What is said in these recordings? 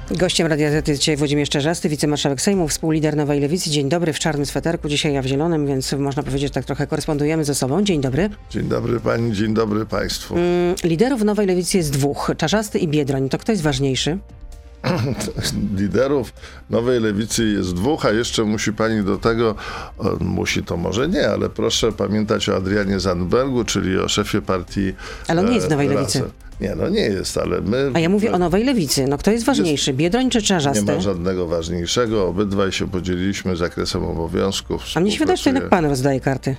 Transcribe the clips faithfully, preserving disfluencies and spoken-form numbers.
Gościem Radia Z jest dzisiaj Włodzimierz Czarzasty, wicemarszałek Sejmu, współlider Nowej Lewicy. Dzień dobry, w czarnym sweterku, dzisiaj ja w zielonym, więc można powiedzieć, że tak trochę korespondujemy ze sobą. Dzień dobry. Dzień dobry pani, dzień dobry państwu. Mm, liderów Nowej Lewicy jest dwóch, Czarzasty i Biedroń. To kto jest ważniejszy? Liderów Nowej Lewicy jest dwóch, a jeszcze musi pani do tego, o, musi to może nie, ale proszę pamiętać o Adrianie Zandbergu, czyli o szefie partii. Ale on nie jest w Nowej Lewicy. Nie, no nie jest, ale my... A ja mówię o Nowej Lewicy. No kto jest ważniejszy, jest, Biedroń czy Czarzasty? Nie ma żadnego ważniejszego. Obydwaj się podzieliliśmy zakresem obowiązków. A mnie się wydaje, że to jednak pan rozdaje karty.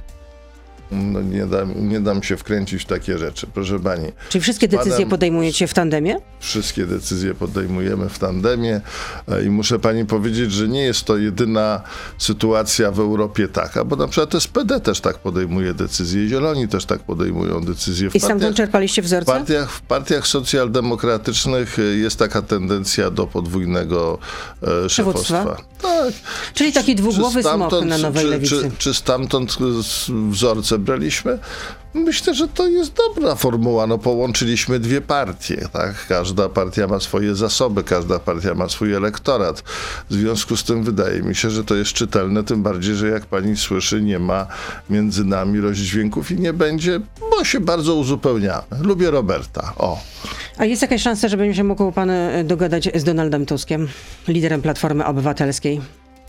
No nie dam, nie dam się wkręcić w takie rzeczy, proszę pani. Czyli wszystkie decyzje Panem, podejmujecie w tandemie? Wszystkie decyzje podejmujemy w tandemie i muszę pani powiedzieć, że nie jest to jedyna sytuacja w Europie taka, bo na przykład S P D też tak podejmuje decyzje, Zieloni też tak podejmują decyzje. W I stamtąd czerpaliście wzorce? W partiach, w partiach socjaldemokratycznych jest taka tendencja do podwójnego e, szefostwa. Tak. Czyli taki dwugłowy smok na Nowej czy, Lewicy. Czy, czy stamtąd wzorce braliśmy? Myślę, że to jest dobra formuła. No, połączyliśmy dwie partie, tak? Każda partia ma swoje zasoby, każda partia ma swój elektorat. W związku z tym wydaje mi się, że to jest czytelne, tym bardziej, że jak pani słyszy, nie ma między nami rozdźwięków i nie będzie, bo się bardzo uzupełniamy. Lubię Roberta. O. A jest jakaś szansa, żeby się mógł pan dogadać z Donaldem Tuskiem, liderem Platformy Obywatelskiej?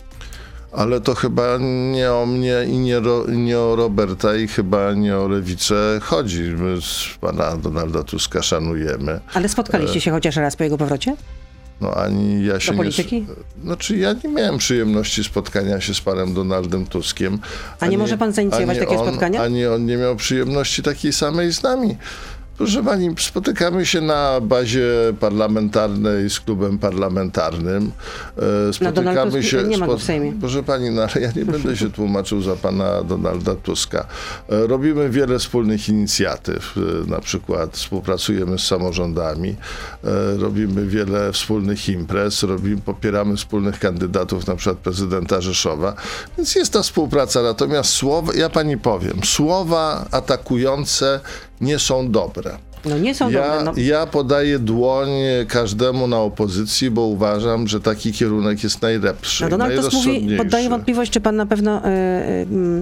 Ale to chyba nie o mnie i nie, ro, nie o Roberta i chyba nie o Lewicę chodzi. My pana Donalda Tuska szanujemy. Ale spotkaliście się chociaż raz po jego powrocie? No ani ja się do polityki? nie... Znaczy ja nie miałem przyjemności spotkania się z panem Donaldem Tuskiem. A nie ani, może pan zainicjować takie on, spotkania? Ani on nie miał przyjemności takiej samej z nami. Proszę pani, spotykamy się na bazie parlamentarnej z klubem parlamentarnym. Spotykamy no, się. Nie ma go w Sejmie. Proszę pani, no, ale ja nie będę się tłumaczył za pana Donalda Tuska. Robimy wiele wspólnych inicjatyw. Na przykład współpracujemy z samorządami, robimy wiele wspólnych imprez, robimy, popieramy wspólnych kandydatów, na przykład prezydenta Rzeszowa. Więc jest ta współpraca. Natomiast słowa, ja pani powiem, słowa atakujące nie są dobre. No nie są ja, dobre. No. Ja podaję dłoń każdemu na opozycji, bo uważam, że taki kierunek jest najlepszy. No Donald Tusk mówi, poddaje wątpliwość, czy pan na pewno yy,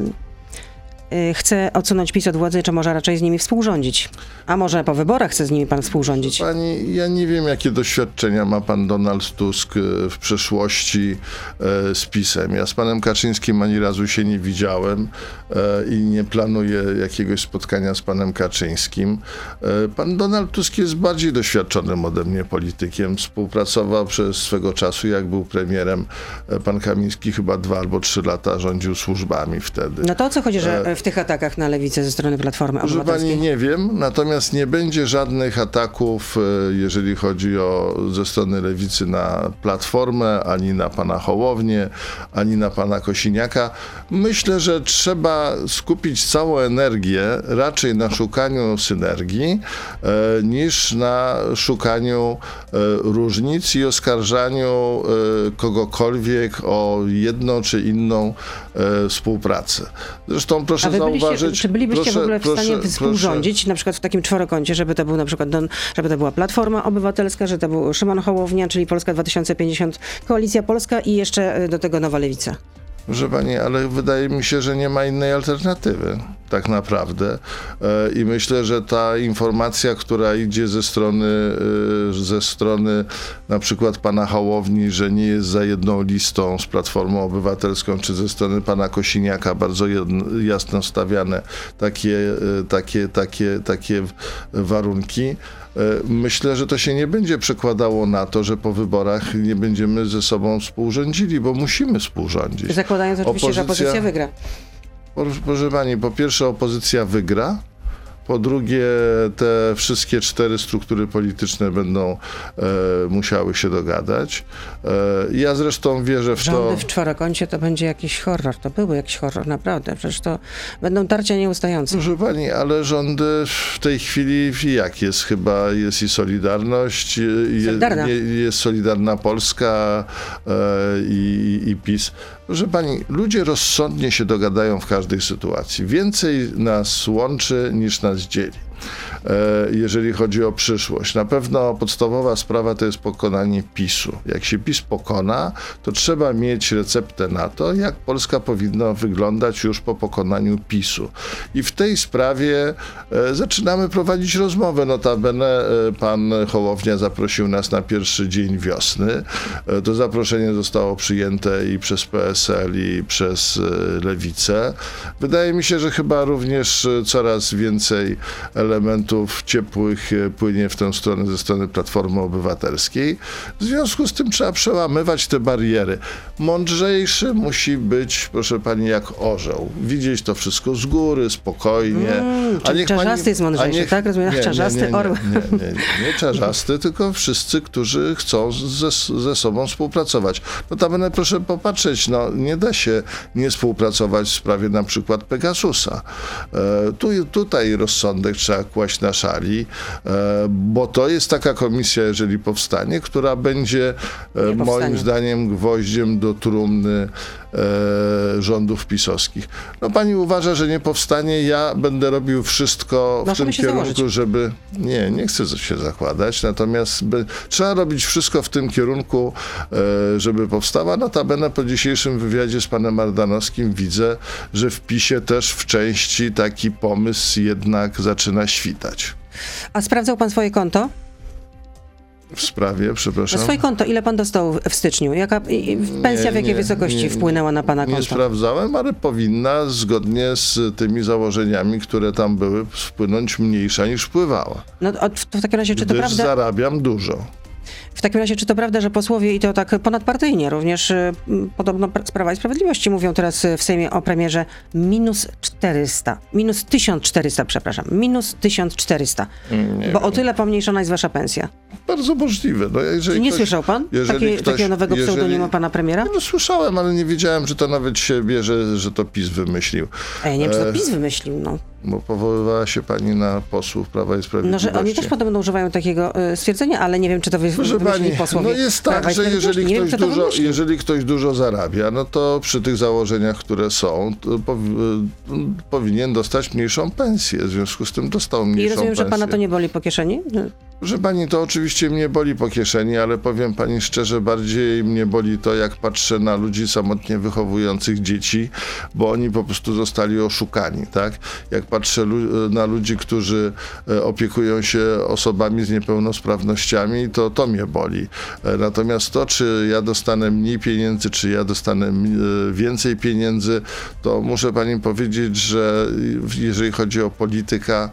yy, chce odsunąć PiS od władzy, czy może raczej z nimi współrządzić. A może po wyborach chce z nimi pan współrządzić? Pani, ja nie wiem, jakie doświadczenia ma pan Donald Tusk w przeszłości e, z PiS-em. Ja z panem Kaczyńskim ani razu się nie widziałem e, i nie planuję jakiegoś spotkania z panem Kaczyńskim. E, pan Donald Tusk jest bardziej doświadczonym ode mnie politykiem. Współpracował przez swego czasu, jak był premierem. E, pan Kamiński chyba dwa albo trzy lata rządził służbami wtedy. No to o co chodzi, że e, w tych atakach na lewicę ze strony Platformy Obywatelskiej? Pani, nie wiem, natomiast nie będzie żadnych ataków, jeżeli chodzi o ze strony Lewicy na Platformę, ani na pana Hołownię, ani na pana Kosiniaka. Myślę, że trzeba skupić całą energię raczej na szukaniu synergii, e, niż na szukaniu e, różnic i oskarżaniu e, kogokolwiek o jedną czy inną e, współpracę. Zresztą proszę A wy byliście, zauważyć... Czy bylibyście proszę, w ogóle w proszę, stanie proszę, współrządzić, na przykład w takim czworokącie, żeby to był na przykład, don, żeby to była Platforma Obywatelska, że to był Szymon Hołownia, czyli Polska dwa tysiące pięćdziesiąt, Koalicja Polska i jeszcze do tego Nowa Lewica? Proszę pani, ale wydaje mi się, że nie ma innej alternatywy, tak naprawdę. I myślę, że ta informacja, która idzie ze strony, ze strony na przykład pana Hołowni, że nie jest za jedną listą z Platformą Obywatelską, czy ze strony pana Kosiniaka, bardzo jasno stawiane takie, takie, takie, takie warunki. Myślę, że to się nie będzie przekładało na to, że po wyborach nie będziemy ze sobą współrządzili, bo musimy współrządzić. Zakładając oczywiście, opozycja, że opozycja wygra. Proszę pani, po pierwsze opozycja wygra, po drugie te wszystkie cztery struktury polityczne będą e, musiały się dogadać. E, ja zresztą wierzę w Rządy to... Rządy w czworokącie to będzie jakiś horror, to byłby jakiś horror, naprawdę. Przecież to będą tarcia nieustające. Proszę pani, ale rządy w tej chwili jak jest? Chyba jest i Solidarność, Solidarna. Je, jest Solidarna Polska e, i, i PiS. Proszę pani, ludzie rozsądnie się dogadają w każdej sytuacji. Więcej nas łączy niż nas dzieli. jeżeli chodzi o przyszłość. Na pewno podstawowa sprawa to jest pokonanie PiSu. Jak się PiS pokona, to trzeba mieć receptę na to, jak Polska powinna wyglądać już po pokonaniu PiSu. I w tej sprawie e, zaczynamy prowadzić rozmowę. Notabene e, pan Hołownia zaprosił nas na pierwszy dzień wiosny. E, to zaproszenie zostało przyjęte i przez P S L, i przez e, Lewicę. Wydaje mi się, że chyba również e, coraz więcej elementów ciepłych e, płynie w tę stronę ze strony Platformy Obywatelskiej. W związku z tym trzeba przełamywać te bariery. Mądrzejszy musi być, proszę pani, jak orzeł. Widzieć to wszystko z góry, spokojnie. Mm, czyli Czarzasty pani, jest mądrzejszy, niech, tak? Rozumiem, nie, Czarzasty, nie, nie, orzeł. Nie, nie, nie, nie, nie Czarzasty, tylko wszyscy, którzy chcą ze, ze sobą współpracować. Notabene proszę popatrzeć, no nie da się nie współpracować w sprawie na przykład Pegasusa. E, tu, tutaj rozsądek trzeba kłaść na szali, e, bo to jest taka komisja, jeżeli powstanie, która będzie e, moim zdaniem gwoździem do trumny e, rządów pisowskich. No pani uważa, że nie powstanie, ja będę robił wszystko w Możemy tym kierunku, założyć. żeby... Nie, nie chcę się zakładać, natomiast by, trzeba robić wszystko w tym kierunku, e, żeby powstała. Notabene po dzisiejszym wywiadzie z panem Ardanowskim widzę, że w PiSie też w części taki pomysł jednak zaczyna świtać. A sprawdzał pan swoje konto? W sprawie, przepraszam. Swoje konto, ile pan dostał w styczniu? Jaka pensja Nie, w jakiej nie, wysokości nie, wpłynęła na pana konto? Nie sprawdzałem, ale powinna zgodnie z tymi założeniami, które tam były, wpłynąć mniejsza niż wpływała. No to w takim razie, czy to Gdyż prawda? zarabiam dużo. W takim razie, czy to prawda, że posłowie, i to tak ponadpartyjnie, również y, podobno z Prawa i Sprawiedliwości mówią teraz w Sejmie o premierze minus czterysta, minus tysiąc czterysta, przepraszam, minus tysiąc czterysta, Nie bo wiem. o tyle pomniejszona jest wasza pensja. Bardzo możliwe. No, jeżeli Nie ktoś, słyszał pan Taki, ktoś, takiego nowego jeżeli, pseudonimu pana premiera? No, słyszałem, ale nie wiedziałem, że to nawet się bierze, że to PiS wymyślił. A ja nie wiem, czy to E, PiS wymyślił, no. Bo powoływała się pani na posłów Prawa i No, Sprawiedliwości. że oni też podobno używają takiego y, stwierdzenia, ale nie wiem, czy to wy, Proszę wymyślili pani, posłowie no jest Prawa tak, i że Sprawiedliwości. jeżeli Nie wiem, ktoś, kto to dużo, wymyślił. jeżeli ktoś dużo zarabia, no to przy tych założeniach, które są, to powi powinien dostać mniejszą pensję. W związku z tym dostał mniejszą I rozumiem, pensję. że pana to nie boli po kieszeni? Proszę pani, to oczywiście mnie boli po kieszeni, ale powiem pani szczerze, bardziej mnie boli to, jak patrzę na ludzi samotnie wychowujących dzieci, bo oni po prostu zostali oszukani, tak? Jak patrzę lu na ludzi, którzy opiekują się osobami z niepełnosprawnościami, to to mnie boli. Natomiast to, czy ja dostanę mniej pieniędzy, czy ja dostanę więcej pieniędzy, to muszę pani powiedzieć, że jeżeli chodzi o polityka,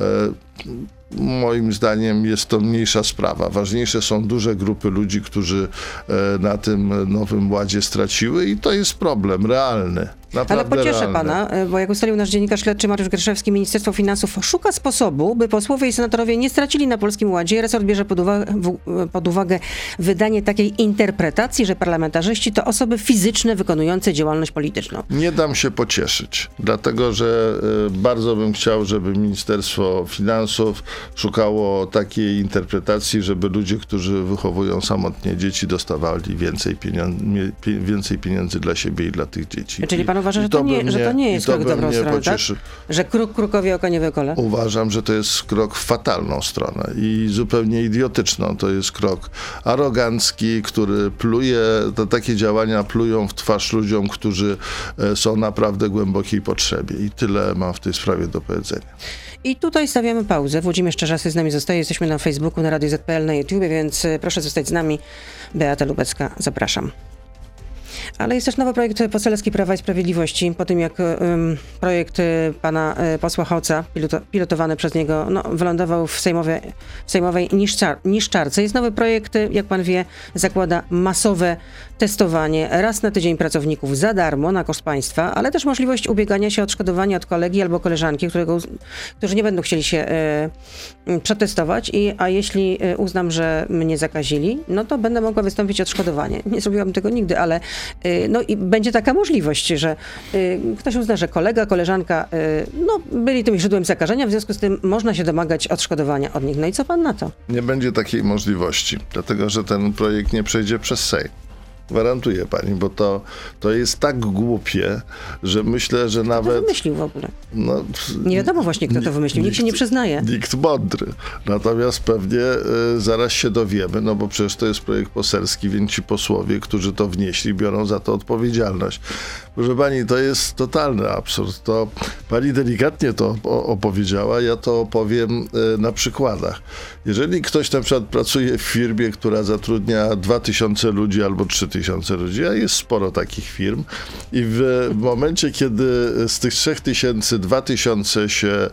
moim zdaniem jest to mniejsza sprawa. Ważniejsze są duże grupy ludzi, którzy na tym Nowym Ładzie straciły i to jest problem realny. Ale pocieszę realny. pana, bo jak ustalił nasz dziennikarz śledczy Mariusz Gryszewski, Ministerstwo Finansów szuka sposobu, by posłowie i senatorowie nie stracili na Polskim Ładzie. Resort bierze pod uwagę, pod uwagę wydanie takiej interpretacji, że parlamentarzyści to osoby fizyczne wykonujące działalność polityczną. Nie dam się pocieszyć, dlatego że y, bardzo bym chciał, żeby Ministerstwo Finansów szukało takiej interpretacji, żeby ludzie, którzy wychowują samotnie dzieci, dostawali więcej, pieniądze, więcej pieniędzy dla siebie i dla tych dzieci. Czyli pan uważa, I że to, nie, mnie, że to nie jest to krok w dobrą mnie stronę, tak? pocieszy. Że kruk krukowi oko nie wykole? Uważam, że to jest krok w fatalną stronę i zupełnie idiotyczną. To jest krok arogancki, który pluje, to takie działania plują w twarz ludziom, którzy są naprawdę głębokiej potrzebie. I tyle mam w tej sprawie do powiedzenia. I tutaj stawiamy pauzę. Włodzimierz Czarzasty z nami zostaje. Jesteśmy na Facebooku, na Radio Z P L, na YouTubie, więc proszę zostać z nami. Beata Lubecka, zapraszam. Ale jest też nowy projekt poselski Prawa i Sprawiedliwości. Po tym, jak um, projekt y, pana y, posła Hoca, piloto, pilotowany przez niego, no, wylądował w, sejmowie, w sejmowej niszczar, niszczarce. Jest nowy projekt, jak pan wie, zakłada masowe testowanie raz na tydzień pracowników za darmo, na koszt państwa, ale też możliwość ubiegania się o odszkodowanie od kolegi albo koleżanki, którego, którzy nie będą chcieli się y, przetestować, i, a jeśli y, uznam, że mnie zakazili, no to będę mogła wystąpić o odszkodowanie. Nie zrobiłam tego nigdy, ale no i będzie taka możliwość, że y, ktoś uzna, że kolega, koleżanka y, no, byli tym źródłem zakażenia, w związku z tym można się domagać odszkodowania od nich. No i co pan na to? Nie będzie takiej możliwości, dlatego że ten projekt nie przejdzie przez Sejm. Gwarantuję pani, bo to, to jest tak głupie, że myślę, że Kto nawet... to wymyślił w ogóle? No, Nie wiadomo właśnie, kto to wymyślił. Nikt się nie przyznaje. Nikt mądry. Natomiast pewnie y, zaraz się dowiemy, no bo przecież to jest projekt poselski, więc ci posłowie, którzy to wnieśli, biorą za to odpowiedzialność. Proszę pani, to jest totalny absurd. To pani delikatnie to opowiedziała, ja to opowiem y, na przykładach. Jeżeli ktoś na przykład pracuje w firmie, która zatrudnia dwa tysiące ludzi albo trzy tysiące ludzi, a jest sporo takich firm, i w momencie, kiedy z tych trzech tysięcy, dwa tysiące się e,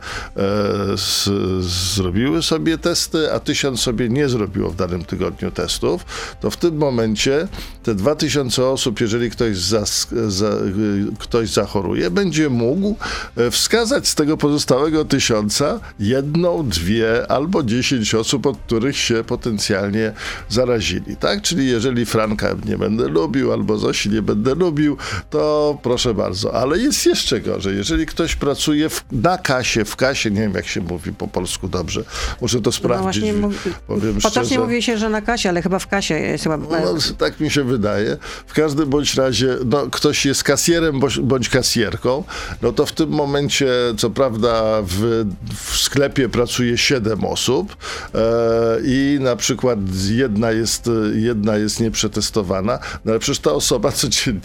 z, zrobiły sobie testy, a tysiąc sobie nie zrobiło w danym tygodniu testów, to w tym momencie te dwa tysiące osób, jeżeli ktoś, zas, za, ktoś zachoruje, będzie mógł wskazać z tego pozostałego tysiąca jedną, dwie albo dziesięć osób, od których się potencjalnie zarazili, tak? Czyli jeżeli Franka nie będę lubił, albo Zosi nie będę lubił, to proszę bardzo. Ale jest jeszcze gorzej. Jeżeli ktoś pracuje w, na kasie, w kasie, nie wiem jak się mówi po polsku dobrze, muszę to sprawdzić. No mówi, powiem potocznie szczerze. mówi się, że na kasie, ale chyba w kasie jest chyba... No, tak mi się wydaje. W każdym bądź razie, no, ktoś jest kasjerem bądź, bądź kasjerką, no to w tym momencie, co prawda w, w sklepie pracuje siedem osób e, i na przykład jedna jest, jedna jest nieprzetestowana, no ale przecież ta osoba codziennie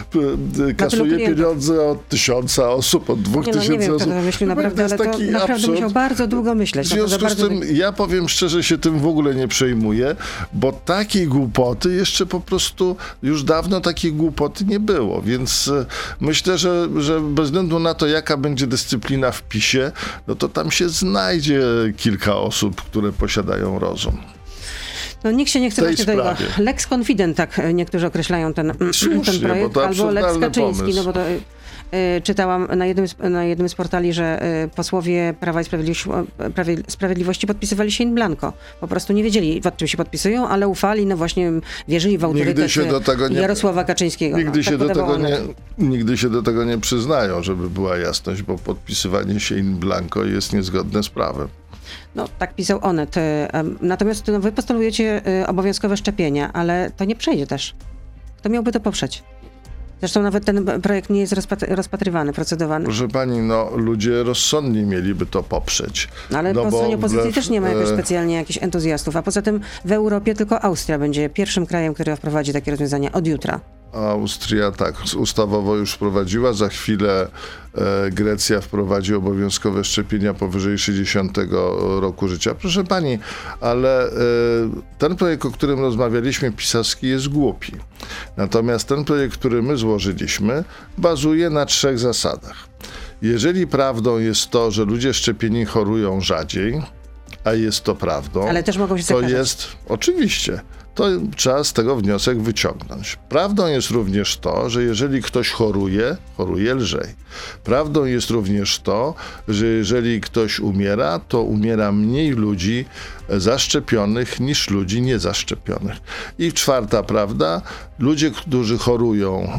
kasuje pieniądze od tysiąca osób, od dwóch nie, no, tysięcy nie wiem, osób. Kto to wymyślił, naprawdę, ale to naprawdę absurd. musiał bardzo długo myśleć. W związku z tym, ja powiem szczerze, się tym w ogóle nie przejmuję, bo takiej głupoty jeszcze po prostu już dawno takiej głupoty nie było, więc myślę, że, że bez względu na to, jaka będzie dyscyplina w PiSie, no to tam się znajdzie kilka osób, które posiadają rozum. No nikt się nie chce właśnie sprawie. tego. Lex Confident, tak niektórzy określają ten, Słusznie, ten projekt, bo to albo Lex absurdalny Kaczyński, pomysł. no bo to y, czytałam na jednym, z, na jednym z portali, że y, posłowie Prawa i Sprawiedliwości, Prawie, Sprawiedliwości podpisywali się in blanco. Po prostu nie wiedzieli, pod czym się podpisują, ale ufali, no właśnie wierzyli w autorytet się do tego nie, Jarosława Kaczyńskiego. Nigdy, no, się tak do tego podawało nie, na to. nigdy się do tego nie przyznają, żeby była jasność, bo podpisywanie się in blanco jest niezgodne z prawem. No, tak pisał Onet. Natomiast no, wy postulujecie y, obowiązkowe szczepienia, ale to nie przejdzie też. Kto miałby to poprzeć? Zresztą nawet ten projekt nie jest rozpatry- rozpatrywany, procedowany. Proszę pani, no ludzie rozsądni mieliby to poprzeć. No, ale no po stronie opozycji wbrew, też nie ma jakoś e... specjalnie jakichś entuzjastów. A poza tym w Europie tylko Austria będzie pierwszym krajem, który wprowadzi takie rozwiązania od jutra. Austria tak, ustawowo już wprowadziła. Za chwilę e, Grecja wprowadzi obowiązkowe szczepienia powyżej sześćdziesiątego roku życia. Proszę pani, ale e, ten projekt, o którym rozmawialiśmy, pisarski, jest głupi. Natomiast ten projekt, który my złożyliśmy, bazuje na trzech zasadach. Jeżeli prawdą jest to, że ludzie szczepieni chorują rzadziej, a jest to prawdą, Ale też mogą się to zakażać. jest oczywiście. To trzeba z tego wniosek wyciągnąć. Prawdą jest również to, że jeżeli ktoś choruje, choruje lżej. Prawdą jest również to, że jeżeli ktoś umiera, to umiera mniej ludzi zaszczepionych niż ludzi niezaszczepionych. I czwarta prawda, ludzie, którzy chorują e,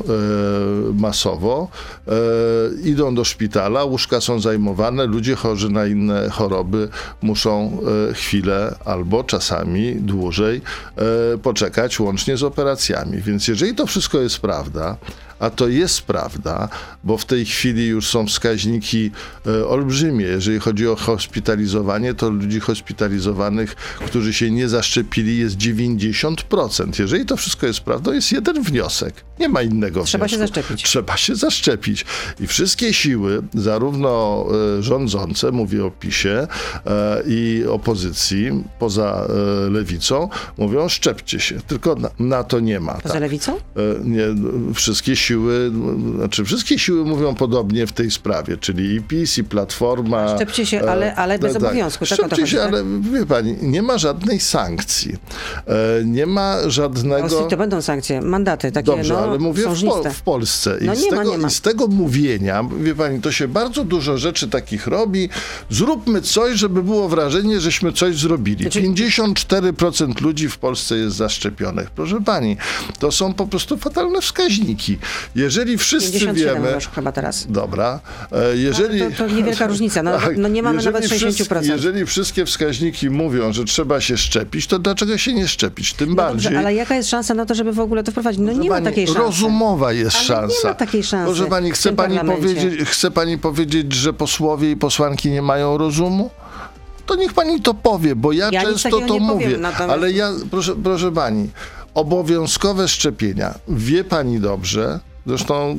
masowo, e, idą do szpitala, łóżka są zajmowane, ludzie chorzy na inne choroby muszą e, chwilę albo czasami dłużej e, poczekać łącznie z operacjami. Więc jeżeli to wszystko jest prawda, a to jest prawda, bo w tej chwili już są wskaźniki e, olbrzymie. Jeżeli chodzi o hospitalizowanie, to ludzi hospitalizowanych, którzy się nie zaszczepili, jest dziewięćdziesiąt procent. Jeżeli to wszystko jest prawdą, jest jeden wniosek. Nie ma innego Trzeba wniosku. się zaszczepić. Trzeba się zaszczepić. I wszystkie siły, zarówno e, rządzące, mówię o PiSie, e, i opozycji, poza e, lewicą, mówią szczepcie się. Tylko na, na to nie ma. Poza tak. lewicą? E, nie, wszystkie siły Siły, znaczy wszystkie siły mówią podobnie w tej sprawie, czyli i PiS, i Platforma. Szczepcie się, ale, ale bez tak, obowiązku. Tak, o to Szczepcie chodzi, się, tak? ale wie pani, nie ma żadnej sankcji. E, nie ma żadnego... To będą sankcje, mandaty takie, Dobrze, no, ale mówię w, po, sążniste. w Polsce. I, No z nie ma, tego, nie ma. I z tego mówienia, wie pani, to się bardzo dużo rzeczy takich robi. Zróbmy coś, żeby było wrażenie, żeśmy coś zrobili. Znaczy- pięćdziesiąt cztery procent ludzi w Polsce jest zaszczepionych. Proszę pani, to są po prostu fatalne wskaźniki. Jeżeli wszyscy pięćdziesiąt siedem wiemy... już chyba teraz. Dobra. E, jeżeli... No, to, to niewielka różnica. No, no nie mamy nawet sześćdziesiąt procent. Jeżeli wszystkie wskaźniki mówią, że trzeba się szczepić, to dlaczego się nie szczepić? Tym no bardziej... Dobrze, ale jaka jest szansa na to, żeby w ogóle to wprowadzić? No nie ma pani, takiej szansy. Rozumowa jest ale szansa. nie ma takiej szansy. Proszę pani, chce pani, powiedzieć, chce pani powiedzieć, że posłowie i posłanki nie mają rozumu? To niech pani to powie, bo ja, ja często to mówię. Powiem, natomiast... Ale ja, proszę, proszę pani, obowiązkowe szczepienia. Wie pani dobrze, zresztą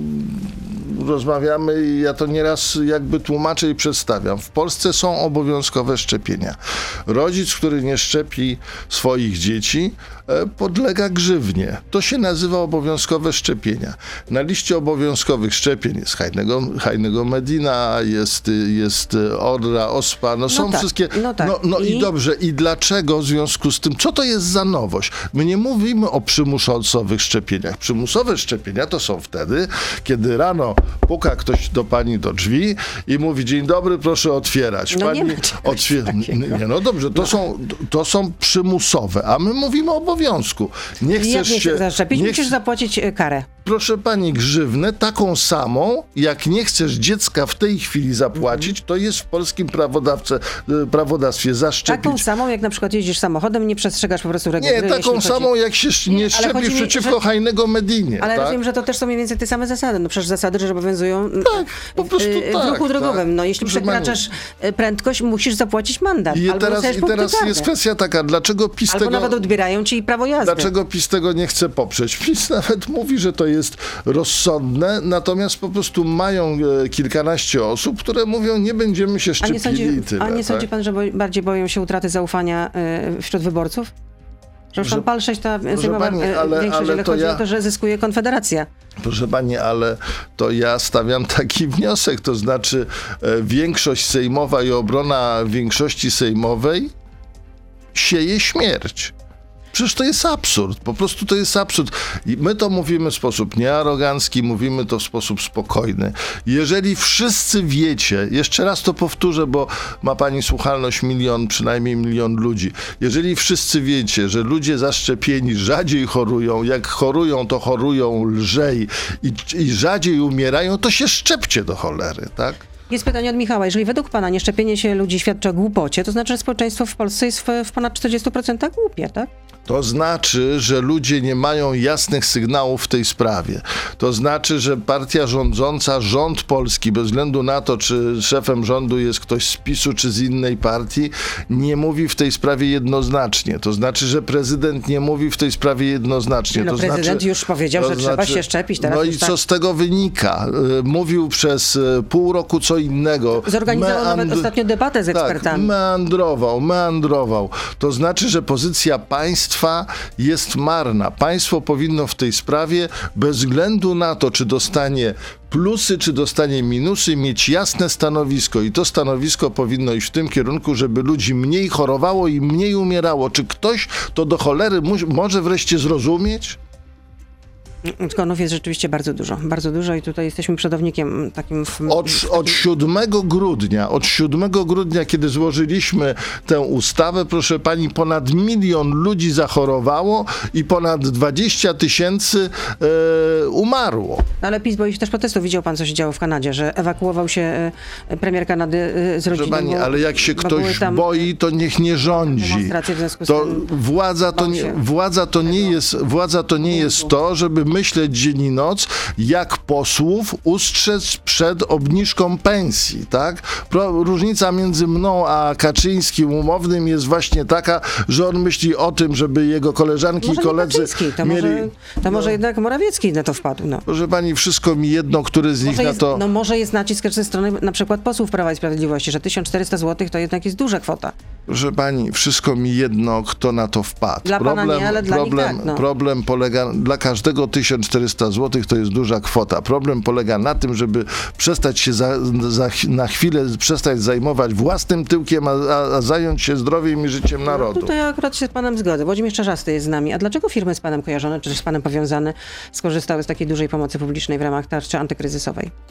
rozmawiamy i ja to nieraz jakby tłumaczę i przedstawiam. W Polsce są obowiązkowe szczepienia. Rodzic, który nie szczepi swoich dzieci, podlega grzywnie. To się nazywa obowiązkowe szczepienia. Na liście obowiązkowych szczepień jest Hajnego, Hajnego Medina, jest, jest Odra, Ospa, no są no tak, wszystkie. No, tak. no, no i... I dobrze. I dlaczego w związku z tym, co to jest za nowość? My nie mówimy o przymusowych szczepieniach. Przymusowe szczepienia to są wtedy, kiedy rano puka ktoś do pani do drzwi i mówi: dzień dobry, proszę otwierać. No pani nie, otwiera. Nie, no dobrze, to są, to są przymusowe, a my mówimy o obowiązku. Nie chcesz jak nie się... chcesz zaszczepić, nie musisz ch... zapłacić karę. Proszę pani, grzywnę taką samą, jak nie chcesz dziecka w tej chwili zapłacić, to jest w polskim prawodawce, prawodawstwie zaszczepić. Taką samą, jak na przykład jeździsz samochodem, nie przestrzegasz po prostu reguł. Nie, taką samą, chodzi... jak się nie, nie szczepi przeciwko mi, że... Hajnego Medinie. Ale tak? rozumiem, że to też są mniej więcej te same zasady. No przecież zasady, że obowiązują tak, po prostu w, tak, w ruchu drogowym. Tak. No jeśli przekraczasz prędkość, musisz zapłacić mandat. I albo teraz, i teraz jest kwestia taka, dlaczego PiS albo tego... nawet odbierają ci prawo jazdy. Dlaczego PiS tego nie chce poprzeć? PiS nawet mówi, że to jest rozsądne, natomiast po prostu mają e, kilkanaście osób, które mówią, nie będziemy się szczepili a nie sądzi, i tyle. A nie tak? sądzi pan, że bo, bardziej boją się utraty zaufania y, wśród wyborców? Że już pan palsześć, ta sejmowa większość, ale chodzi ja... o to, że zyskuje Konfederacja. Proszę pani, ale to ja stawiam taki wniosek, to znaczy e, większość sejmowa i obrona większości sejmowej sieje śmierć. Przecież to jest absurd, po prostu to jest absurd. I my to mówimy w sposób niearogancki, mówimy to w sposób spokojny. Jeżeli wszyscy wiecie, jeszcze raz to powtórzę, bo ma pani słuchalność milion, przynajmniej milion ludzi. Jeżeli wszyscy wiecie, że ludzie zaszczepieni rzadziej chorują, jak chorują, to chorują lżej i, i rzadziej umierają, to się szczepcie do cholery, tak? Jest pytanie od Michała. Jeżeli według pana nieszczepienie się ludzi świadczy o głupocie, to znaczy, że społeczeństwo w Polsce jest w, w ponad czterdziestu procentach głupie, tak? To znaczy, że ludzie nie mają jasnych sygnałów w tej sprawie. To znaczy, że partia rządząca, rząd polski, bez względu na to, czy szefem rządu jest ktoś z PiSu, czy z innej partii, nie mówi w tej sprawie jednoznacznie. To znaczy, że prezydent nie mówi w tej sprawie jednoznacznie. No, to prezydent znaczy, już powiedział, że znaczy, trzeba się szczepić. Teraz no i tak... co z tego wynika? Mówił przez pół roku co innego. Zorganizował Meandr... nawet ostatnio debatę z ekspertami. Tak, meandrował, meandrował. To znaczy, że pozycja państwa jest marna. Państwo powinno w tej sprawie, bez względu na to, czy dostanie plusy, czy dostanie minusy, mieć jasne stanowisko. I to stanowisko powinno iść w tym kierunku, żeby ludzi mniej chorowało i mniej umierało. Czy ktoś to do cholery mu- może wreszcie zrozumieć? Konów jest rzeczywiście bardzo dużo, bardzo dużo i tutaj jesteśmy przodownikiem takim... W... Od, od siódmego grudnia, od siódmego grudnia, kiedy złożyliśmy tę ustawę, proszę pani, ponad milion ludzi zachorowało i ponad dwadzieścia tysięcy e, umarło. Ale PiS boi się też protestu. Widział pan, co się działo w Kanadzie, że ewakuował się e, premier Kanady e, z rodziną. Proszę pani, bo, ale jak się ktoś tam boi, to niech nie rządzi. W związku z To tym władza to nie, władza to nie jest, władza to nie jest to, żeby myśleć dzień i noc, jak posłów ustrzec przed obniżką pensji, tak? Pro, różnica między mną a Kaczyńskim umownym jest właśnie taka, że on myśli o tym, żeby jego koleżanki może i koledzy Kaczyński, to mieli... Może, to no, może jednak Morawiecki na to wpadł, no. Proszę pani, wszystko mi jedno, który z nich może na jest, to... No może jest nacisk ze strony na przykład posłów Prawa i Sprawiedliwości, że tysiąc czterysta złotych to jednak jest duża kwota. Proszę pani, wszystko mi jedno, kto na to wpadł. Dla problem, pana nie, ale dla problem, nich tak, no. Problem polega, dla każdego tysiąc czterysta złotych to jest duża kwota. Problem polega na tym, żeby przestać się za, za, na chwilę, przestać zajmować własnym tyłkiem, a, a zająć się zdrowiem i życiem narodu. No tutaj akurat się z panem zgodzę. Włodzimierz Czarzasty jest z nami. A dlaczego firmy z panem kojarzone, czy też z panem powiązane, skorzystały z takiej dużej pomocy publicznej w ramach tarczy antykryzysowej?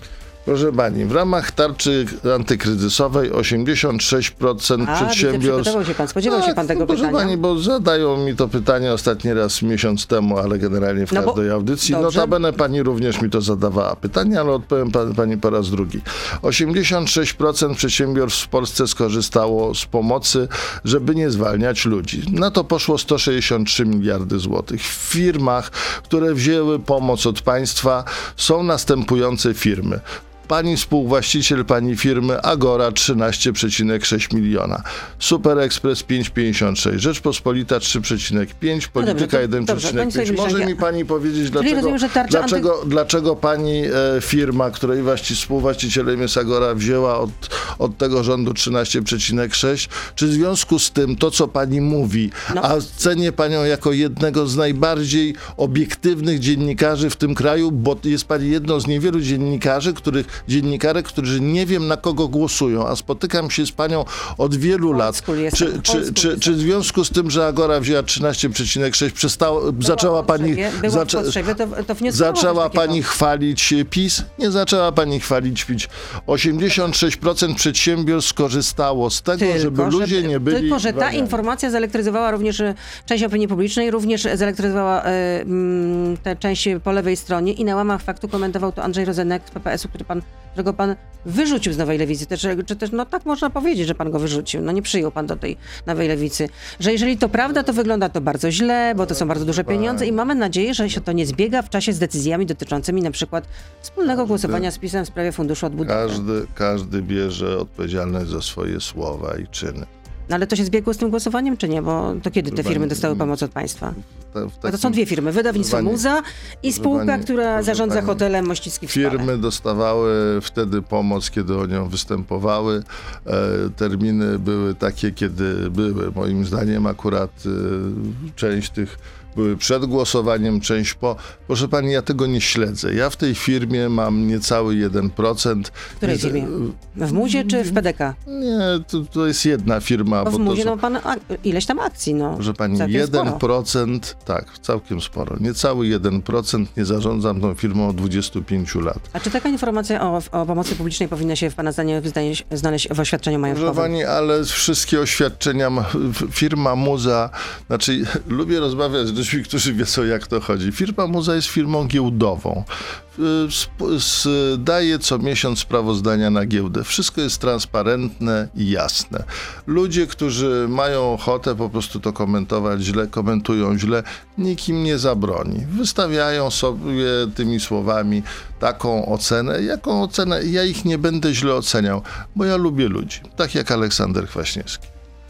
Proszę pani, w ramach tarczy antykryzysowej osiemdziesiąt sześć procent A, przedsiębiorstw... widzę, przygotował się pan, spodziewał tak, się pan tego no, proszę pytania. pani, bo zadają mi to pytanie ostatni raz miesiąc temu, ale generalnie w No bo- każdej audycji. dobrze. Notabene pani również mi to zadawała pytanie, ale odpowiem pani, pani po raz drugi. osiemdziesiąt sześć procent przedsiębiorstw w Polsce skorzystało z pomocy, żeby nie zwalniać ludzi. Na to poszło sto sześćdziesiąt trzy miliardy złotych. W firmach, które wzięły pomoc od państwa, są następujące firmy. Pani współwłaściciel pani firmy Agora trzynaście przecinek sześć miliona, Super Express pięć przecinek pięćdziesiąt sześć, Rzeczpospolita trzy przecinek pięć, No dobrze, Polityka to- jeden dobrze, przecinek pięć. pani Może Sejmiszek, mi pani powiedzieć, Czyli dlaczego, rozumiem, że tarcza dlaczego, dlaczego pani e, firma, której właści, współwłaścicielem jest Agora, wzięła od, od tego rządu trzynaście przecinek sześć? Czy w związku z tym to, co pani mówi, No. a cenię panią jako jednego z najbardziej obiektywnych dziennikarzy w tym kraju, bo jest pani jedną z niewielu dziennikarzy, których, dziennikarek, którzy nie wiem na kogo głosują, a spotykam się z panią od wielu Old lat. school jestem, Czy, old czy, school czy, jestem. czy w związku z tym, że Agora wzięła trzynaście przecinek sześć, przestało, zaczęła w pani, potrzebie, była zaczę, w potrzebie, to, to wnioskowała zaczęła coś takiego. pani chwalić PiS? Nie zaczęła pani chwalić PiS. osiemdziesiąt sześć procent przedsiębiorstw skorzystało z tego, Tylko, żeby ludzie że, nie byli Tylko, że ta zwalniani. informacja zelektryzowała również e, część opinii publicznej, również zelektryzowała e, mm, tę część po lewej stronie i na łamach faktu komentował to Andrzej Rozenek z P P S u, który pan, którego pan wyrzucił z Nowej Lewicy. Też, czy też, no tak można powiedzieć, że pan go wyrzucił. No nie przyjął pan do tej Nowej Lewicy. Że jeżeli to prawda, to wygląda to bardzo źle, bo to są bardzo duże pieniądze i mamy nadzieję, że się to nie zbiega w czasie z decyzjami dotyczącymi na przykład wspólnego głosowania z PiS-em w sprawie Funduszu Odbudowy. Każdy, każdy bierze odpowiedzialność za swoje słowa i czyny. No ale to się zbiegło z tym głosowaniem, czy nie? Bo to kiedy te Proszę firmy pani, dostały pomoc od państwa? Ta- w Bo to takim- są dwie firmy. Wydawnictwo Proszę pani, Muza i proszę spółka, pani, która proszę zarządza pani, hotelem Mościcki w Spale. Firmy dostawały wtedy pomoc, kiedy o nią występowały. E, terminy były takie, kiedy były. Moim zdaniem akurat e, część tych były przed głosowaniem, część po. Proszę pani, ja tego nie śledzę. Ja w tej firmie mam niecały jeden procent. W której Nie- firmie? W Muzie czy w P D K? Nie, to, to jest jedna firma. Bo w bo to Muzie są- no pan a, ileś tam akcji, no. Proszę pani, Całkiem jeden sporo. procent, tak, całkiem sporo. Niecały jeden procent, nie zarządzam tą firmą od dwudziestu pięciu lat. A czy taka informacja o, o pomocy publicznej powinna się w pana zdaniu zdaje się znaleźć w oświadczeniu Proszę majątkowym? pani, ale wszystkie oświadczenia, ma- firma Muza, znaczy lubię rozmawiać z ludźmi, którzy wiedzą, jak to chodzi. Firma Muza jest firmą giełdową. Y, sp- s- Daje co miesiąc sprawozdania na giełdę. Wszystko jest transparentne i jasne. Ludzie, którzy mają ochotę po prostu to komentować źle, komentują źle, nikt im nie zabroni. Wystawiają sobie tymi słowami taką ocenę, jaką ocenę. Ja ich nie będę źle oceniał, bo ja lubię ludzi. Tak jak Aleksander Kwaśniewski.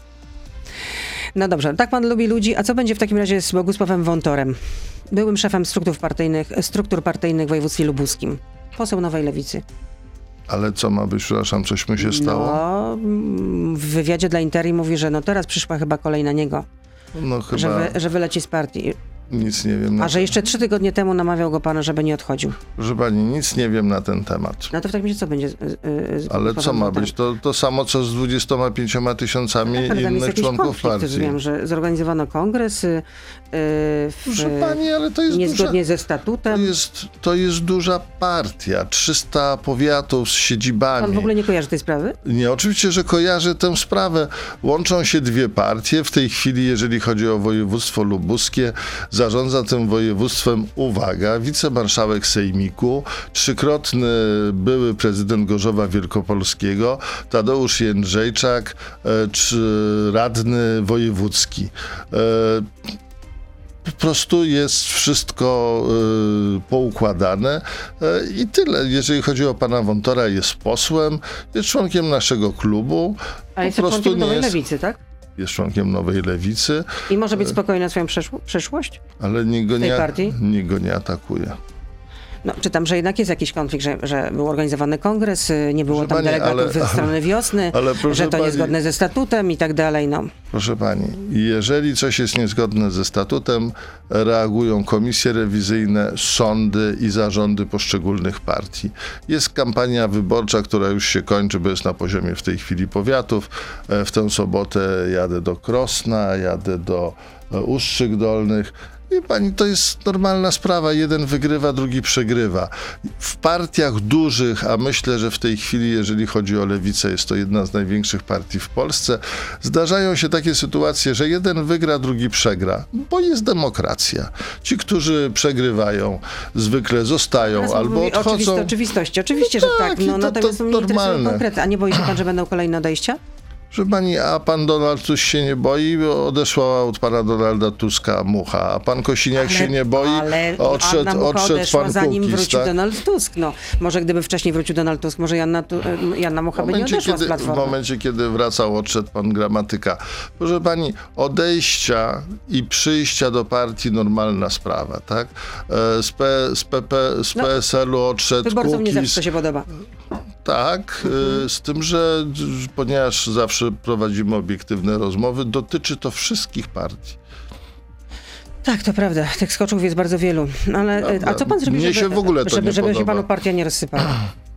No dobrze, tak pan lubi ludzi, a co będzie w takim razie z Bogusławem Wontorem? Byłym szefem struktur partyjnych, struktur partyjnych w województwie lubuskim. Poseł Nowej Lewicy. Ale co ma być, przepraszam, coś mu się stało? No, mm, w wywiadzie dla Interi mówi, że no teraz przyszła chyba kolej na niego, No chyba że, wy, że wyleci z partii. nic nie wiem. Na A że jeszcze trzy tygodnie temu namawiał go pan, żeby nie odchodził. Proszę pani, nic nie wiem na ten temat. No to w takim razie co będzie z, z, z Ale co Bogusławem ma Wontorem? być? To, to samo, co z dwudziestoma pięcioma tysiącami Ale tam jest innych jakiś członków konflikt, partii. wiem, że zorganizowano kongres y, y, w, Proszę pani, ale to jest duża, niezgodnie ze to statutem. jest, to jest duża partia. trzysta powiatów z siedzibami. Pan w ogóle nie kojarzy tej sprawy? Nie, oczywiście, że kojarzę tę sprawę. Łączą się dwie partie. W tej chwili, jeżeli chodzi o województwo lubuskie, zarządza tym województwem, uwaga, wicemarszałek Sejmiku, trzykrotny były prezydent Gorzowa Wielkopolskiego, Tadeusz Jędrzejczak, e, czy radny wojewódzki. E, Po prostu jest wszystko y, poukładane y, i tyle. Jeżeli chodzi o pana Wontora, jest posłem, jest członkiem naszego klubu. A Po jest prostu członkiem nie Nowej jest, Lewicy, tak? jest członkiem Nowej Lewicy, I może być spokojny na swoją przeszło- przyszłość? ale nikt go, tej nie, partii? nikt go nie atakuje. No, czytam, że jednak jest jakiś konflikt, że, że był organizowany kongres, y, nie było Proszę tam pani, delegatów ale- ze strony wiosny, ale proszę że to pani- niezgodne ze statutem i tak dalej, no. Proszę pani, jeżeli coś jest niezgodne ze statutem, reagują komisje rewizyjne, sądy i zarządy poszczególnych partii. Jest kampania wyborcza, która już się kończy, bo jest na poziomie w tej chwili powiatów. E, W tę sobotę jadę do Krosna, jadę do Ustrzyk Dolnych. Wie pani, to jest normalna sprawa. Jeden wygrywa, drugi przegrywa. W partiach dużych, a myślę, że w tej chwili, jeżeli chodzi o lewicę, jest to jedna z największych partii w Polsce, zdarzają się takie sytuacje, że jeden wygra, drugi przegra, bo jest demokracja. Ci, którzy przegrywają, zwykle zostają Teraz albo mówi odchodzą. Oczywiste, oczywistości. Oczywiście, że tak, tak. i No, to- natomiast to mnie interesują normalne. konkrety. A nie boi się pan, że będą kolejne odejścia? Że pani, a pan Donald Tusk się nie boi, bo odeszła od pana Donalda Tuska mucha, a pan Kosiniak się nie boi, ale odszedł, Anna Mucha odszedł odeszła, pan zanim Kukiz, wrócił tak? Donald Tusk. No, może gdyby wcześniej wrócił Donald Tusk, może Janna, tu, Janna Mucha W by nie momencie, odeszła z kiedy, w Platformy. momencie, kiedy wracał, odszedł pan Gramatyka. Proszę pani, odejścia i przyjścia do partii normalna sprawa, tak? E, Z, P, z, P P, z No, P S L u odszedł Wyborcom nie zawsze Kukiz. to się podoba. Tak, y, z tym, że d- ponieważ zawsze prowadzimy obiektywne rozmowy, dotyczy to wszystkich partii. Tak, to prawda. Tych skoczków jest bardzo wielu. Ale Prawda. a co pan zrobi, Mnie żeby, się w ogóle to żeby, nie żeby się podoba. panu partia nie rozsypała?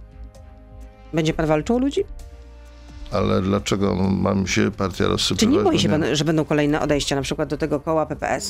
Będzie pan walczył o ludzi? Ale dlaczego mam się partia rozsypywać? Czy nie boi Bo się pan, że będą kolejne odejścia, na przykład do tego koła P P S?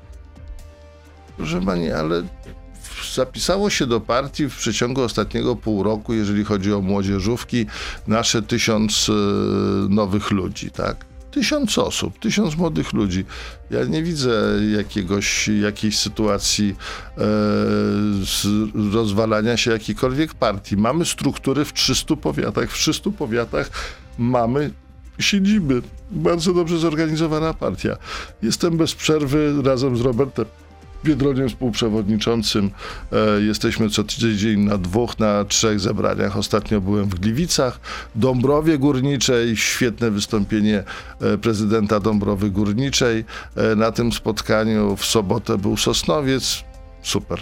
Proszę pani, ale zapisało się do partii w przeciągu ostatniego pół roku, jeżeli chodzi o młodzieżówki, nasze tysiąc y, nowych ludzi, tak? Tysiąc osób, tysiąc młodych ludzi. Ja nie widzę jakiegoś, jakiejś sytuacji e, z rozwalania się jakiejkolwiek partii. Mamy struktury w trzystu powiatach. W trzystu powiatach mamy siedziby. Bardzo dobrze zorganizowana partia. Jestem bez przerwy razem z Robertem Biedroniem, współprzewodniczącym. E, jesteśmy co tydzień na dwóch, na trzech zebraniach. Ostatnio byłem w Gliwicach, Dąbrowie Górniczej, świetne wystąpienie e, prezydenta Dąbrowy Górniczej. E, na tym spotkaniu w sobotę był Sosnowiec. Super.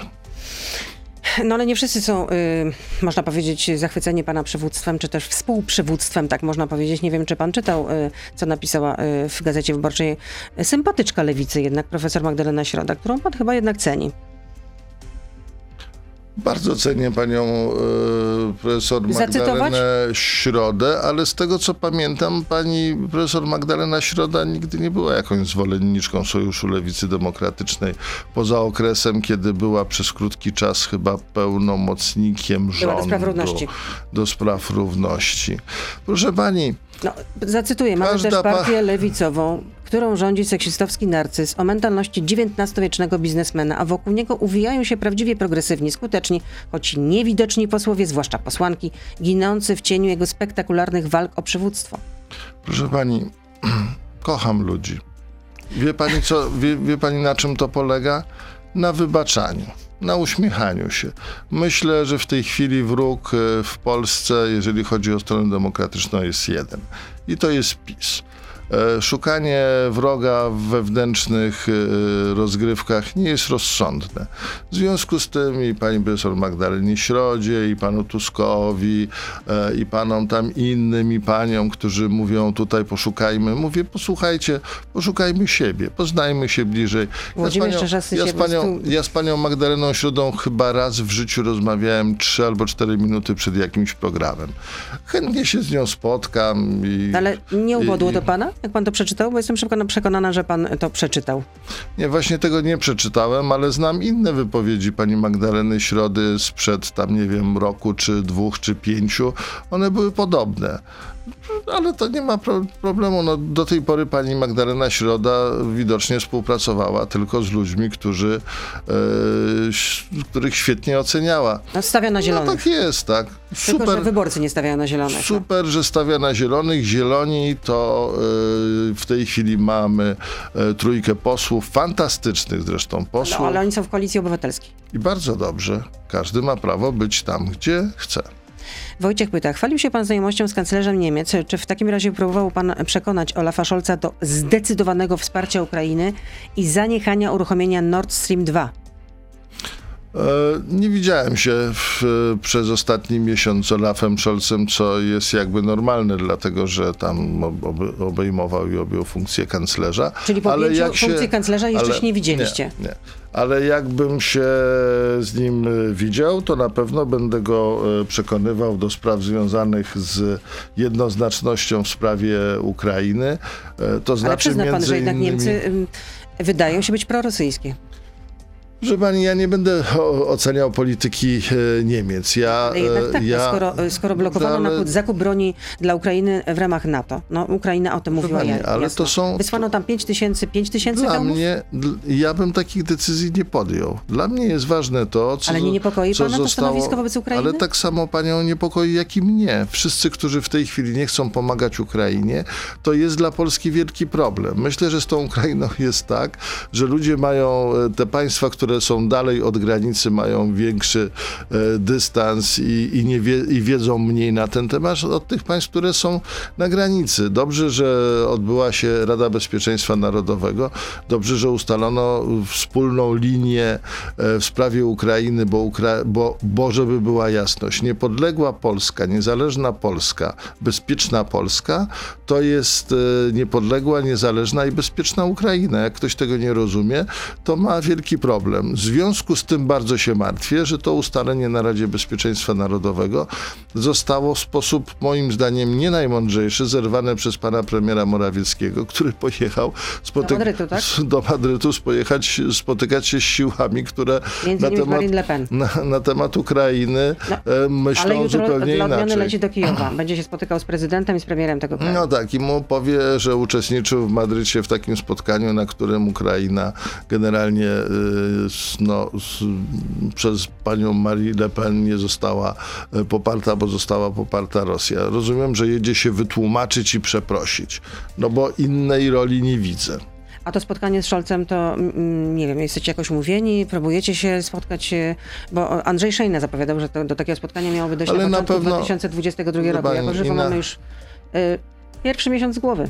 No ale nie wszyscy są, y, można powiedzieć, zachwyceni pana przywództwem, czy też współprzywództwem, tak można powiedzieć. Nie wiem, czy pan czytał, y, co napisała y, w Gazecie Wyborczej sympatyczka lewicy, jednak profesor Magdalena Środa, którą pan chyba jednak ceni. Bardzo cenię panią e, profesor Zacytować? Magdalenę Środę, ale z tego co pamiętam, pani profesor Magdalena Środa nigdy nie była jakąś zwolenniczką Sojuszu Lewicy Demokratycznej. Poza okresem, kiedy była przez krótki czas chyba pełnomocnikiem Była rządu do spraw równości. do spraw równości. Proszę pani, No, zacytuję, mamy Każda też pa- partię lewicową, którą rządzi seksistowski narcyz o mentalności dziewiętnastowiecznego biznesmena, a wokół niego uwijają się prawdziwie progresywni, skuteczni, choć niewidoczni posłowie, zwłaszcza posłanki, ginący w cieniu jego spektakularnych walk o przywództwo. proszę pani, kocham ludzi. Wie pani co, wie, wie pani na czym to polega? Na wybaczaniu, na uśmiechaniu się. Myślę, że w tej chwili wróg e, w Polsce, jeżeli chodzi o stronę demokratyczną, jest jeden. I to jest PiS. E, Szukanie wroga w wewnętrznych e, rozgrywkach nie jest rozsądne. W związku z tym i pani profesor Magdalenie Środzie, i panu Tuskowi, e, i panom tam innym, i paniom, którzy mówią tutaj poszukajmy. Mówię, posłuchajcie, poszukajmy siebie, poznajmy się bliżej. Włodzimierz ja, z panią, Czarzasty ja, się z po panią, prostu- ja z panią Magdaleną Środą chyba raz w życiu rozmawiałem trzy albo cztery minuty przed jakimś programem. Chętnie się z nią spotkam. I, Ale nie ubodło i- to pana, jak pan to przeczytał? Bo jestem przekona- przekonana, że pan to przeczytał. Nie, właśnie tego nie przeczytałem, ale znam inne wypowiedzi pani Magdaleny Środy sprzed tam, nie wiem, roku, czy dwóch, czy pięciu. One były podobne. Ale to nie ma pro- problemu. No, do tej pory pani Magdalena Środa widocznie współpracowała tylko z ludźmi, którzy, e, ś- których świetnie oceniała. No, stawia na No zielonych. tak jest, tak. Tylko, że Super. wyborcy nie stawiają na zielonych. no. Super, że stawia na zielonych. Zieloni to y, w tej chwili mamy y, trójkę posłów, fantastycznych zresztą posłów. No, ale oni są w Koalicji Obywatelskiej. I bardzo dobrze. Każdy ma prawo być tam, gdzie chce. Wojciech pyta, chwalił się pan znajomością z kanclerzem Niemiec. Czy w takim razie próbował pan przekonać Olafa Scholza do zdecydowanego wsparcia Ukrainy i zaniechania uruchomienia Nord Stream dwa? E, Nie widziałem się w, przez ostatni miesiąc z Olafem Scholzem, co jest jakby normalne, dlatego że tam obe- obejmował i objął funkcję kanclerza. Czyli po Ale pięciu jak się- funkcji kanclerza jeszcze ale- się nie widzieliście. Nie, nie. Ale jakbym się z nim e, widział, to na pewno będę go e, przekonywał do spraw związanych z jednoznacznością w sprawie Ukrainy. E, To Ale znaczy przyzna pan, między że jednak innymi... Niemcy ym, wydają się być prorosyjskie. Proszę pani, ja nie będę o, oceniał polityki e, Niemiec. Ja, Ale jednak tak, ja, skoro, skoro blokowano ale, napływ zakup broni dla Ukrainy w ramach NATO. No, Ukraina o tym mówiła pani, jasno. ale to są, Wysłano tam pięć tysięcy, pięć tysięcy Dla domów? mnie, ja bym takich decyzji nie podjął. Dla mnie jest ważne to, co Ale nie niepokoi co pana to zostało, stanowisko wobec Ukrainy? Ale tak samo panią niepokoi, jak i mnie. Wszyscy, którzy w tej chwili nie chcą pomagać Ukrainie, to jest dla Polski wielki problem. Myślę, że z tą Ukrainą jest tak, że ludzie mają, te państwa, które są dalej od granicy, mają większy e, dystans i, i, nie wie, i wiedzą mniej na ten temat od tych państw, które są na granicy. Dobrze, że odbyła się Rada Bezpieczeństwa Narodowego. Dobrze, że ustalono wspólną linię e, w sprawie Ukrainy, bo, Ukra- bo, bo żeby była jasność, niepodległa Polska, niezależna Polska, bezpieczna Polska, to jest e, niepodległa, niezależna i bezpieczna Ukraina. Jak ktoś tego nie rozumie, to ma wielki problem. W związku z tym bardzo się martwię, że to ustalenie na Radzie Bezpieczeństwa Narodowego zostało w sposób moim zdaniem nie najmądrzejszy zerwane przez pana premiera Morawieckiego, który pojechał spotyk- do Madrytu, tak? do Madrytu spojechać, spotykać się z siłami, które Między na temat, Le Pen. na, na temat Ukrainy no, e, myślą ale jutro zupełnie inaczej. leci do Kijowa. Będzie się spotykał z prezydentem i z premierem tego kraju. No tak, i mu powie, że uczestniczył w Madrycie w takim spotkaniu, na którym Ukraina generalnie y, no, przez panią Marie Le Pen nie została poparta, bo została poparta Rosja. Rozumiem, że jedzie się wytłumaczyć i przeprosić, no bo innej roli nie widzę. A to spotkanie z Scholzem to, mm, nie wiem, jesteście jakoś umówieni, próbujecie się spotkać, bo Andrzej Szejna zapowiadał, że to, do takiego spotkania miałoby dojść Ale na na początku pewno, dwa tysiące dwudziestego drugiego roku, jako że na... mamy już y, pierwszy miesiąc z głowy.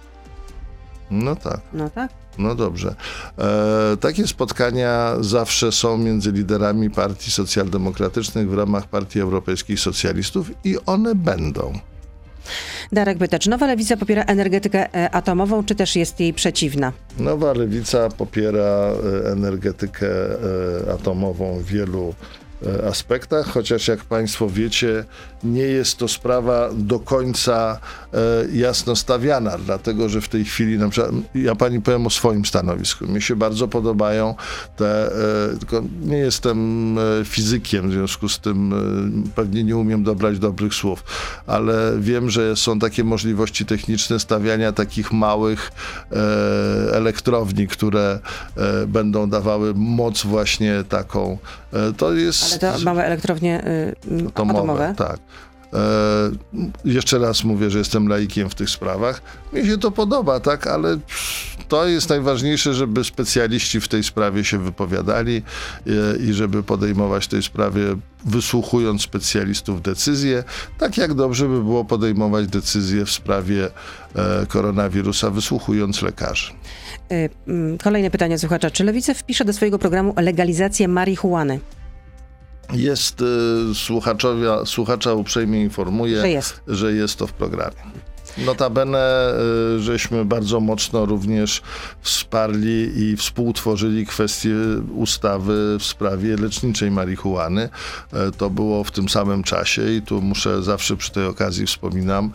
No tak. No tak. No dobrze. E, takie spotkania zawsze są między liderami partii socjaldemokratycznych w ramach Partii Europejskich Socjalistów i one będą. Darek pyta, czy Nowa Lewica popiera energetykę atomową, czy też jest jej przeciwna? Nowa Lewica popiera energetykę atomową w wielu aspektach, chociaż jak państwo wiecie, nie jest to sprawa do końca e, jasno stawiana, dlatego że w tej chwili, na przykład, ja pani powiem o swoim stanowisku, mi się bardzo podobają te, e, tylko nie jestem e, fizykiem, w związku z tym e, pewnie nie umiem dobrać dobrych słów, ale wiem, że są takie możliwości techniczne stawiania takich małych e, elektrowni, które e, będą dawały moc właśnie taką. E, to jest Ale to małe elektrownie y, atomowe, atomowe? Tak. E, jeszcze raz mówię, że jestem laikiem w tych sprawach. Mi się to podoba, tak, ale to jest najważniejsze, żeby specjaliści w tej sprawie się wypowiadali e, i żeby podejmować w tej sprawie, wysłuchując specjalistów, decyzje, tak jak dobrze by było podejmować decyzje w sprawie e, koronawirusa, wysłuchując lekarzy. Y, y, kolejne pytanie słuchacza. Czy Lewica wpisze do swojego programu legalizację marihuany? Jest, y, słuchaczowa, słuchacza uprzejmie informuje, że jest. że jest to w programie. Notabene, y, żeśmy bardzo mocno również wsparli i współtworzyli kwestię ustawy w sprawie leczniczej marihuany. Y, to było w tym samym czasie i tu muszę zawsze przy tej okazji wspominam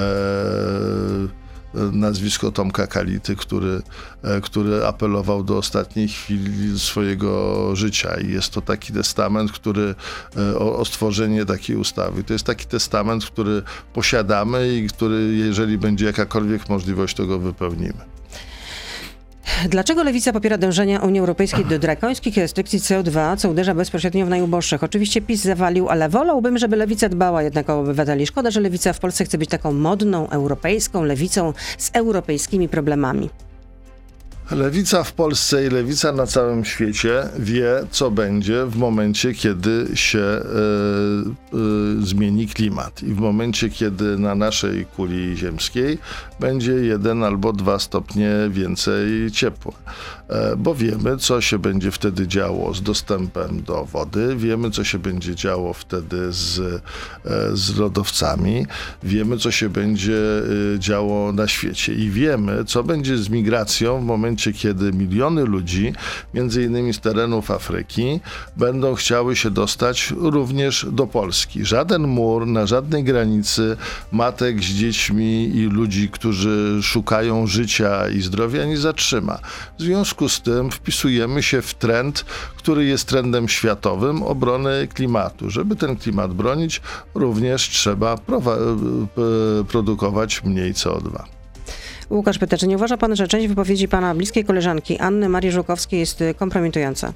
y, nazwisko Tomka Kality, który, który apelował do ostatniej chwili swojego życia i jest to taki testament, który o, o stworzenie takiej ustawy. To jest taki testament, który posiadamy i który, jeżeli będzie jakakolwiek możliwość, to go wypełnimy. Dlaczego Lewica popiera dążenia Unii Europejskiej do drakońskich restrykcji C O dwa, co uderza bezpośrednio w najuboższych? Oczywiście PiS zawalił, ale wolałbym, żeby Lewica dbała jednak o obywateli. Szkoda, że Lewica w Polsce chce być taką modną, europejską lewicą z europejskimi problemami. Lewica w Polsce i lewica na całym świecie wie, co będzie w momencie, kiedy się y, y, zmieni klimat. I w momencie, kiedy na naszej kuli ziemskiej będzie jeden albo dwa stopnie więcej ciepła. E, bo wiemy, co się będzie wtedy działo z dostępem do wody, wiemy, co się będzie działo wtedy z, e, z lodowcami, wiemy, co się będzie e, działo na świecie i wiemy, co będzie z migracją w momencie, kiedy miliony ludzi, między innymi z terenów Afryki, będą chciały się dostać również do Polski. Żaden mur na żadnej granicy matek z dziećmi i ludzi, którzy szukają życia i zdrowia, nie zatrzyma. W związku związku z tym wpisujemy się w trend, który jest trendem światowym obrony klimatu. Żeby ten klimat bronić, również trzeba prowa- produkować mniej C O dwa. Łukasz pyta, czy nie uważa pan, że część wypowiedzi pana bliskiej koleżanki Anny Marii Żukowskiej jest kompromitująca?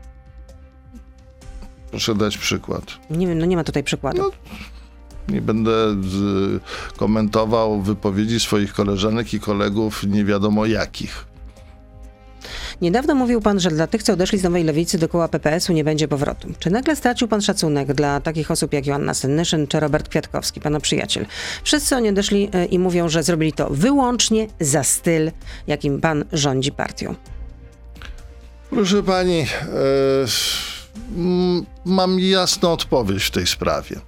Proszę dać przykład. Nie wiem, no nie ma tutaj przykładu. No, nie będę z, komentował wypowiedzi swoich koleżanek i kolegów nie wiadomo jakich. Niedawno mówił pan, że dla tych, co odeszli z Nowej Lewicy do koła P P S u nie będzie powrotu. Czy nagle stracił pan szacunek dla takich osób jak Joanna Senyszyn czy Robert Kwiatkowski, pana przyjaciel? Wszyscy oni odeszli y, i mówią, że zrobili to wyłącznie za styl, jakim pan rządzi partią. Proszę pani, e, m, mam jasną odpowiedź w tej sprawie.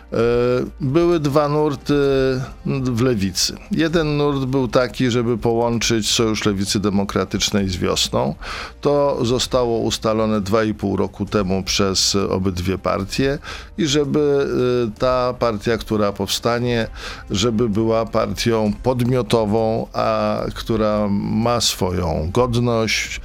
Były dwa nurty w Lewicy. Jeden nurt był taki, żeby połączyć Sojusz Lewicy Demokratycznej z Wiosną. To zostało ustalone dwa i pół roku temu przez obydwie partie i żeby ta partia, która powstanie, żeby była partią podmiotową, a która ma swoją godność,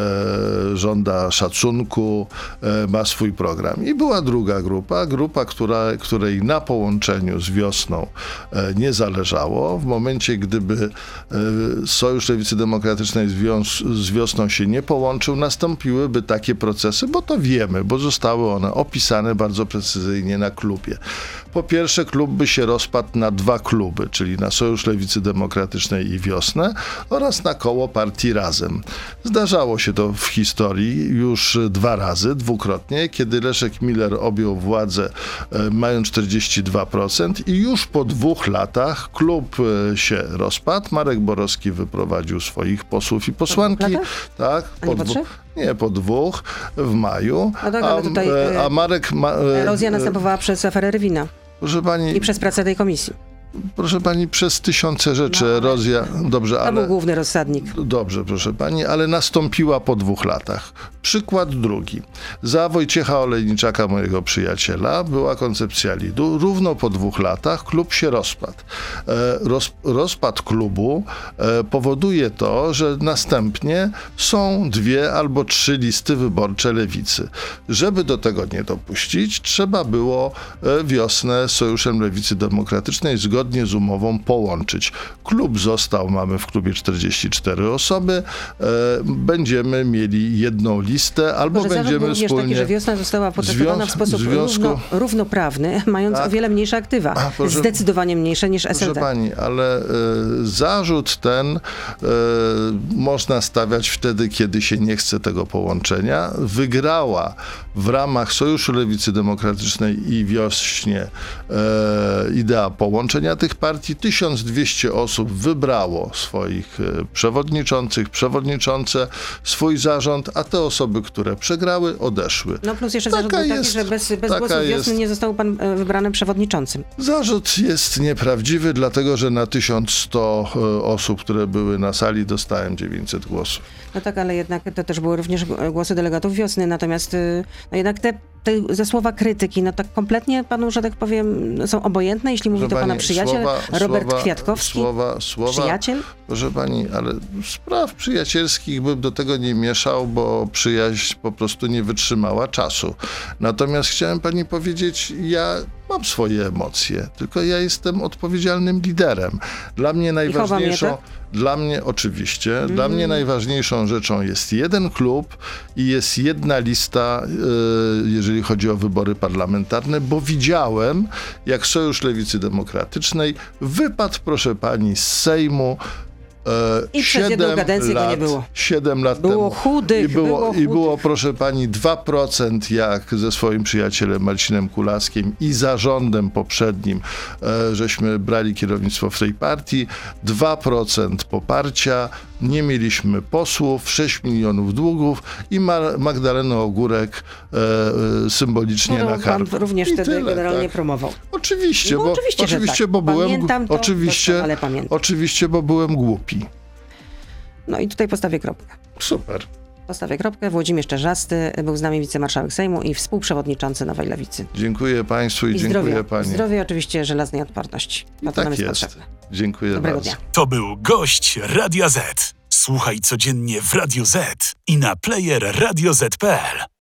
e, żąda szacunku, e, ma swój program. I była druga grupa, grupa, która której na połączeniu z Wiosną e, nie zależało. W momencie, gdyby e, Sojusz Lewicy Demokratycznej z, wios- z Wiosną się nie połączył, nastąpiłyby takie procesy, bo to wiemy, bo zostały one opisane bardzo precyzyjnie na klubie. Po pierwsze, klub by się rozpadł na dwa kluby, czyli na Sojusz Lewicy Demokratycznej i Wiosnę oraz na koło partii Razem. Zdarzało się to w historii już dwa razy, dwukrotnie, kiedy Leszek Miller objął władzę e, mając czterdzieści dwa procent i już po dwóch latach klub e, się rozpadł. Marek Borowski wyprowadził swoich posłów i posłanki. Po dwóch tak, A po nie po dwu- trzech? Nie, po dwóch w maju. No tak, ale tutaj, a, a Marek... Ma, e, erozja następowała przez aferę Rywina proszę pani, i przez pracę tej komisji. proszę pani, przez tysiące rzeczy No, ale- erozja... Dobrze, To ale... był główny rozsadnik. Dobrze, proszę pani, ale nastąpiła po dwóch latach. Przykład drugi. Za Wojciecha Olejniczaka, mojego przyjaciela, była koncepcja lidu. Równo po dwóch latach klub się rozpadł. E, roz, rozpad klubu e, powoduje to, że następnie są dwie albo trzy listy wyborcze Lewicy. Żeby do tego nie dopuścić, trzeba było e, Wiosnę z Sojuszem Lewicy Demokratycznej zgodnie z umową połączyć. Klub został, mamy w klubie czterdzieści cztery osoby, e, będziemy mieli jedną listę, albo Może zarzut będziemy był również wspólnie... taki, że Wiosna została potraktowana w Związ- sposób związku- równo, równoprawny, mając Tak. o wiele mniejsze aktywa. A, proszę- Zdecydowanie mniejsze niż S L Proszę D. pani, ale e, zarzut ten e, można stawiać wtedy, kiedy się nie chce tego połączenia. Wygrała w ramach Sojuszu Lewicy Demokratycznej i Wiośnie e, idea połączenia tych partii. tysiąc dwieście osób wybrało swoich e, przewodniczących, przewodniczące, swój zarząd, a te osoby, które przegrały, odeszły. No plus jeszcze Taka zarzut był taki, jest- że bez, bez taka głosu Wiosny jest- nie został pan e, wybrany przewodniczącym. Zarzut jest nieprawdziwy, dlatego że na tysiąc sto e, osób, które były na sali, dostałem dziewięćset głosów. No tak, ale jednak to też były również głosy delegatów Wiosny, natomiast y, no jednak te, te ze słowa krytyki, no tak kompletnie panu, że tak powiem, są obojętne, jeśli mówi Proszę to pana pani, przyjaciel, słowa- Robert słowa- Kwiatkowski, Słowa, słowa, przyjaciel? Proszę pani, ale spraw przyjacielskich bym do tego nie mieszał, bo przyjaźń po prostu nie wytrzymała czasu. Natomiast chciałem pani powiedzieć, ja mam swoje emocje, tylko ja jestem odpowiedzialnym liderem. Dla mnie chowam je, najważniejszą... tak? Dla mnie oczywiście, mm. dla mnie najważniejszą rzeczą jest jeden klub i jest jedna lista, y, jeżeli chodzi o wybory parlamentarne, bo widziałem, jak Sojusz Lewicy Demokratycznej wypadł, proszę pani, z Sejmu I przez jedną kadencję go nie było. siedem lat Było temu. chudych, I było, było I chudych. było, proszę pani, dwa procent jak ze swoim przyjacielem Marcinem Kulaskiem i zarządem poprzednim, e, żeśmy brali kierownictwo w tej partii. dwa procent poparcia, nie mieliśmy posłów, sześć milionów długów i Mar- Magdalenę Ogórek e, e, symbolicznie No, na pan karku. również I wtedy tyle, generalnie tak. promował. Oczywiście, No, bo, oczywiście, że oczywiście, tak. bo byłem, Pamiętam to oczywiście, doskonale pamiętam. oczywiście, bo byłem głupi. No i tutaj postawię kropkę. Super. Postawię kropkę. Włodzimierz Czerzasty był z nami wicemarszałek Sejmu i współprzewodniczący Nowej Lewicy. Dziękuję państwu i, I dziękuję zdrowia. pani. Zdrowie oczywiście żelaznej odporności. I Bo to nam tak jest jest. potrzebne. Dziękuję Dobrego bardzo. dnia. To był gość Radia Z. Słuchaj codziennie w Radio Z i na player radio zet kropka pe el.